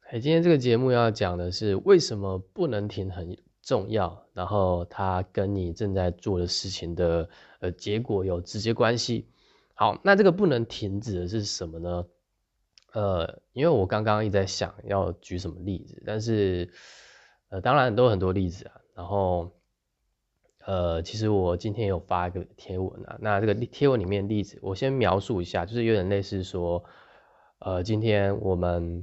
今天这个节目要讲的是为什么不能停很重要，然后它跟你正在做的事情的结果有直接关系。好，那这个不能停指的是什么呢？因为我刚刚一直在想要举什么例子，但是当然都有很多例子啊。然后其实我今天有发一个贴文啊，那这个贴文里面的例子，我先描述一下，就是有点类似说，今天我们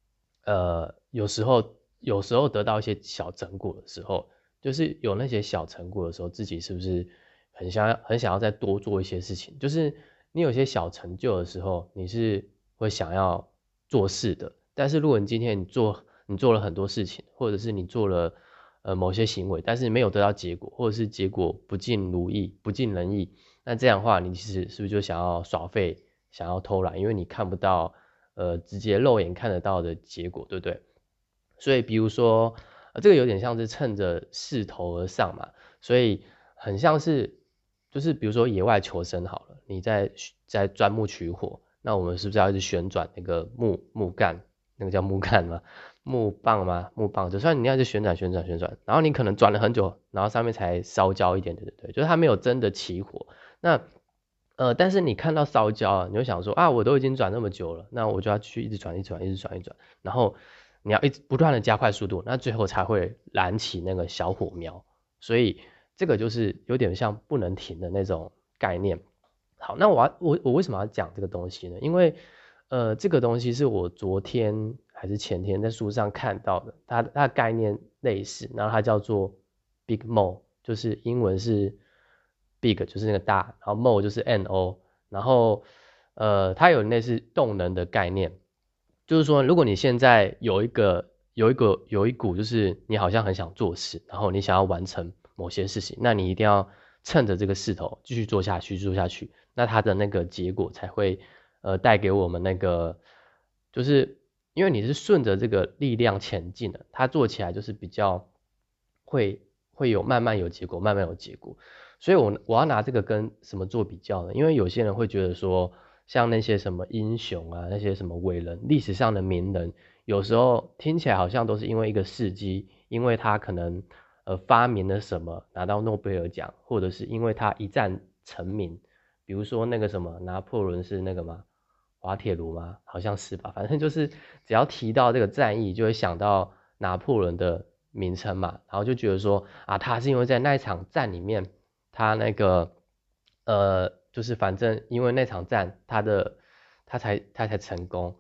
有时候得到一些小成果的时候，就是有那些小成果的时候，自己是不是很想要再多做一些事情？就是你有些小成就的时候，你是会想要做事的。但是如果你今天你做了很多事情，或者是你做了某些行为，但是没有得到结果，或者是结果不尽如意、不尽人意，那这样的话，你其实是不是就想要耍废、想要偷懒？因为你看不到直接肉眼看得到的结果，对不对？所以比如说，这个有点像是趁着势头而上嘛，所以很像是就是比如说野外求生好了，你在钻木取火，那我们是不是要一直旋转那个木杆？那个叫木杆吗？木棒吗？木棒，就算你要一直旋转，然后你可能转了很久，然后上面才烧焦一点，对对对，就是它没有真的起火。那但是你看到烧焦啊，你会想说啊，我都已经转那么久了，那我就要去一直转，然后你要一直不断的加快速度，那最后才会燃起那个小火苗。所以这个就是有点像不能停的那种概念。好，那我为什么要讲这个东西呢？因为这个东西是我昨天还是前天在书上看到的，它的概念类似，然后它叫做 Big Mo，就是英文是 Big 就是那个大，然后 Mo 就是 Mo，然后它有类似动能的概念，就是说如果你现在有一股就是你好像很想做事，然后你想要完成某些事情，那你一定要趁着这个势头继续做下去，做下去，那它的那个结果才会带给我们那个，就是因为你是顺着这个力量前进的，它做起来就是比较会有慢慢有结果，慢慢有结果。所以我要拿这个跟什么做比较呢？因为有些人会觉得说，像那些什么英雄啊，那些什么伟人，历史上的名人，有时候听起来好像都是因为一个事迹，因为他可能发明了什么拿到诺贝尔奖，或者是因为他一战成名。比如说那个什么拿破仑是那个吗？滑铁卢吗？好像是吧。反正就是只要提到这个战役，就会想到拿破仑的名称嘛，然后就觉得说啊，他是因为在那一场战里面，他那个就是反正因为那场战，他才成功。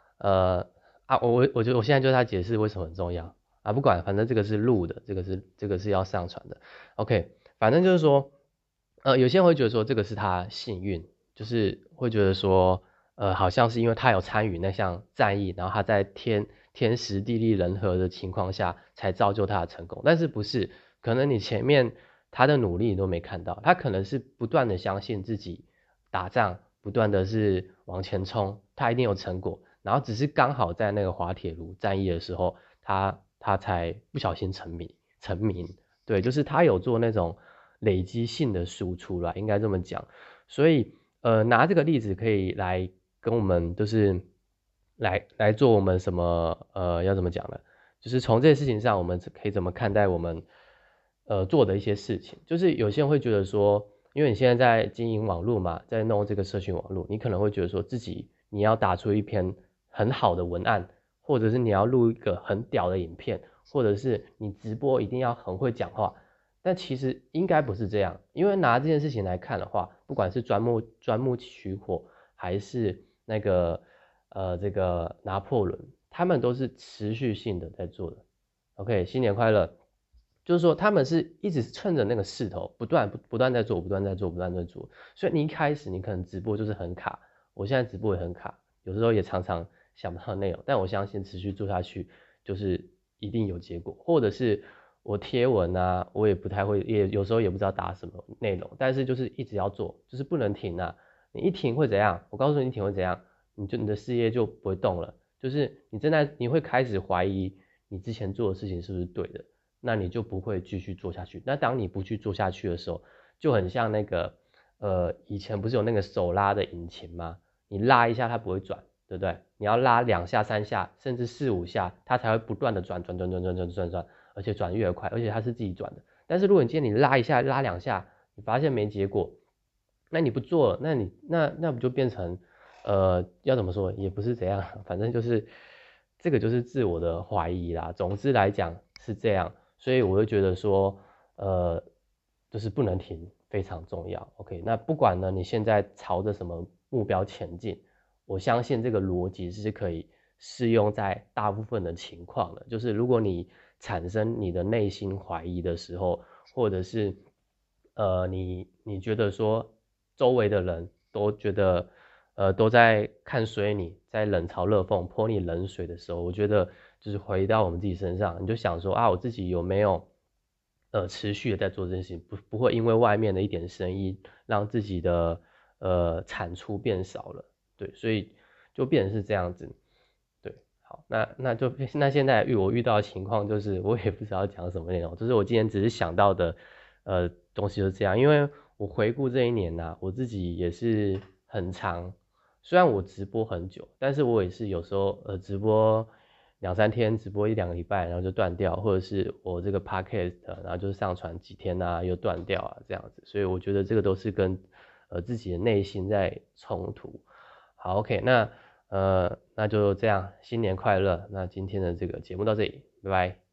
我觉得我现在就他解释为什么很重要啊，不管，反正这个是录的，这个是要上传的。OK，反正就是说，有些人会觉得说这个是他幸运，就是会觉得说，好像是因为他有参与那项战役，然后他在天时地利人和的情况下才造就他的成功，但是不是，可能你前面他的努力你都没看到，他可能是不断的相信自己打仗，不断的是往前冲，他一定有成果，然后只是刚好在那个滑铁卢战役的时候，他才不小心成名，对，就是他有做那种累积性的输出啦，应该这么讲。所以拿这个例子可以来跟我们就是来做我们什么要怎么讲呢？就是从这些事情上，我们可以怎么看待我们做的一些事情？就是有些人会觉得说，因为你现在在经营网络嘛，在弄这个社群网络，你可能会觉得说自己你要打出一篇很好的文案，或者是你要录一个很屌的影片，或者是你直播一定要很会讲话。但其实应该不是这样，因为拿这件事情来看的话，不管是钻木取火，还是那个这个拿破仑，他们都是持续性的在做的。OK，新年快乐！就是说他们是一直趁着那个势头，不断在做，不断在做，不断在做。所以你一开始你可能直播就是很卡，我现在直播也很卡，有时候也常常想不到内容，但我相信持续做下去就是一定有结果，或者是我贴文啊，我也不太会，也有时候也不知道打什么内容，但是就是一直要做，就是不能停啊。你一停会怎样？我告诉你，停会怎样？你的事业就不会动了，就是你会开始怀疑你之前做的事情是不是对的，那你就不会继续做下去。那当你不去做下去的时候，就很像那个以前不是有那个手拉的引擎吗？你拉一下它不会转，对对不对？你要拉2下、3下，甚至4、5下，它才会不断的转，而且转越快，而且它是自己转的。但是如果你今天你拉1下、拉2下，你发现没结果，那你不做了，那不就变成要怎么说，也不是怎样，反正就是这个就是自我的怀疑啦。总之来讲是这样，所以我就觉得说就是不能停，非常重要。OK， 那不管呢你现在朝着什么目标前进，我相信这个逻辑是可以适用在大部分的情况的。就是如果你产生你的内心怀疑的时候，或者是你觉得说周围的人都觉得都在看衰你，在冷嘲热讽泼你冷水的时候，我觉得就是回到我们自己身上，你就想说啊，我自己有没有持续的在做这件事情，不会因为外面的一点声音让自己的产出变少了。对，所以就变成是这样子。对，好，那现在我遇到的情况就是，我也不知道讲什么内容，就是我今天只是想到的东西就是这样。因为我回顾这一年啊，我自己也是很长，虽然我直播很久，但是我也是有时候直播2、3天，直播1、2个礼拜，然后就断掉，或者是我这个 podcast 然后就是上传几天啊又断掉啊这样子。所以我觉得这个都是跟自己的内心在冲突。好 ，OK， 那就这样，新年快乐。那今天的这个节目到这里，拜拜。